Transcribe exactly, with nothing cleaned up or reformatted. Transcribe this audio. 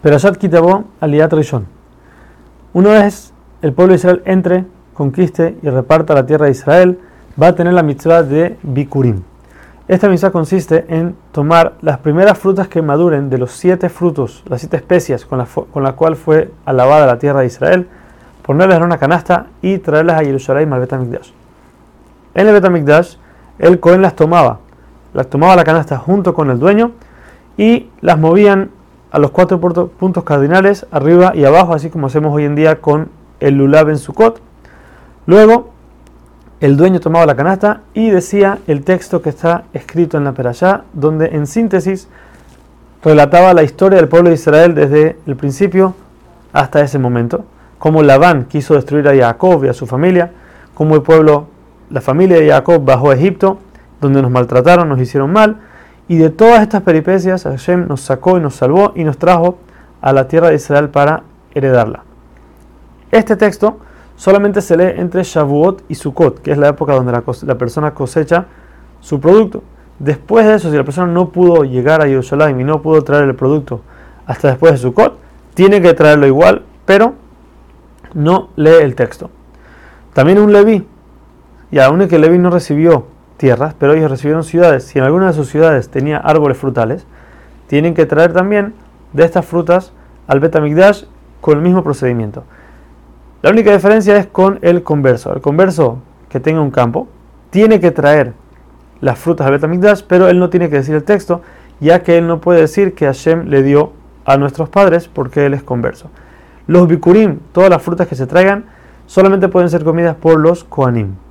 Perashat Kitabó Aliyat Rishon. Una vez el pueblo de Israel entre, conquiste y reparta la tierra de Israel, va a tener la mitzvah de Bikurim. Esta mitzvah consiste en tomar las primeras frutas que maduren de los siete frutos, las siete especias con la, con la cual fue alabada la tierra de Israel, ponerlas en una canasta y traerlas a Jerusalén al Bet HaMikdash. En el Bet HaMikdash, el Cohen las tomaba, las tomaba la canasta junto con el dueño y las movían a los cuatro puntos cardinales, arriba y abajo, así como hacemos hoy en día con el Lulav en Sukkot. Luego, el dueño tomaba la canasta y decía el texto que está escrito en la Perashá, donde en síntesis relataba la historia del pueblo de Israel desde el principio hasta ese momento, cómo Labán quiso destruir a Jacob y a su familia, cómo el pueblo, la familia de Jacob bajó a Egipto, donde nos maltrataron, nos hicieron mal, y de todas estas peripecias Hashem nos sacó y nos salvó y nos trajo a la tierra de Israel para heredarla. Este texto solamente se lee entre Shavuot y Sukkot, que es la época donde la, la persona cosecha su producto. Después de eso, si la persona no pudo llegar a Jerusalén y no pudo traer el producto hasta después de Sukkot, tiene que traerlo igual, pero no lee el texto. También un Leví, y aún que el Leví no recibió tierras, pero ellos recibieron ciudades. Si en alguna de sus ciudades tenía árboles frutales, tienen que traer también de estas frutas al Bet HaMikdash con el mismo procedimiento. La única diferencia es con el converso. El converso que tenga un campo tiene que traer las frutas al Bet HaMikdash, pero él no tiene que decir el texto, ya que él no puede decir que Hashem le dio a nuestros padres porque él es converso. Los bikurim, todas las frutas que se traigan, solamente pueden ser comidas por los kohanim.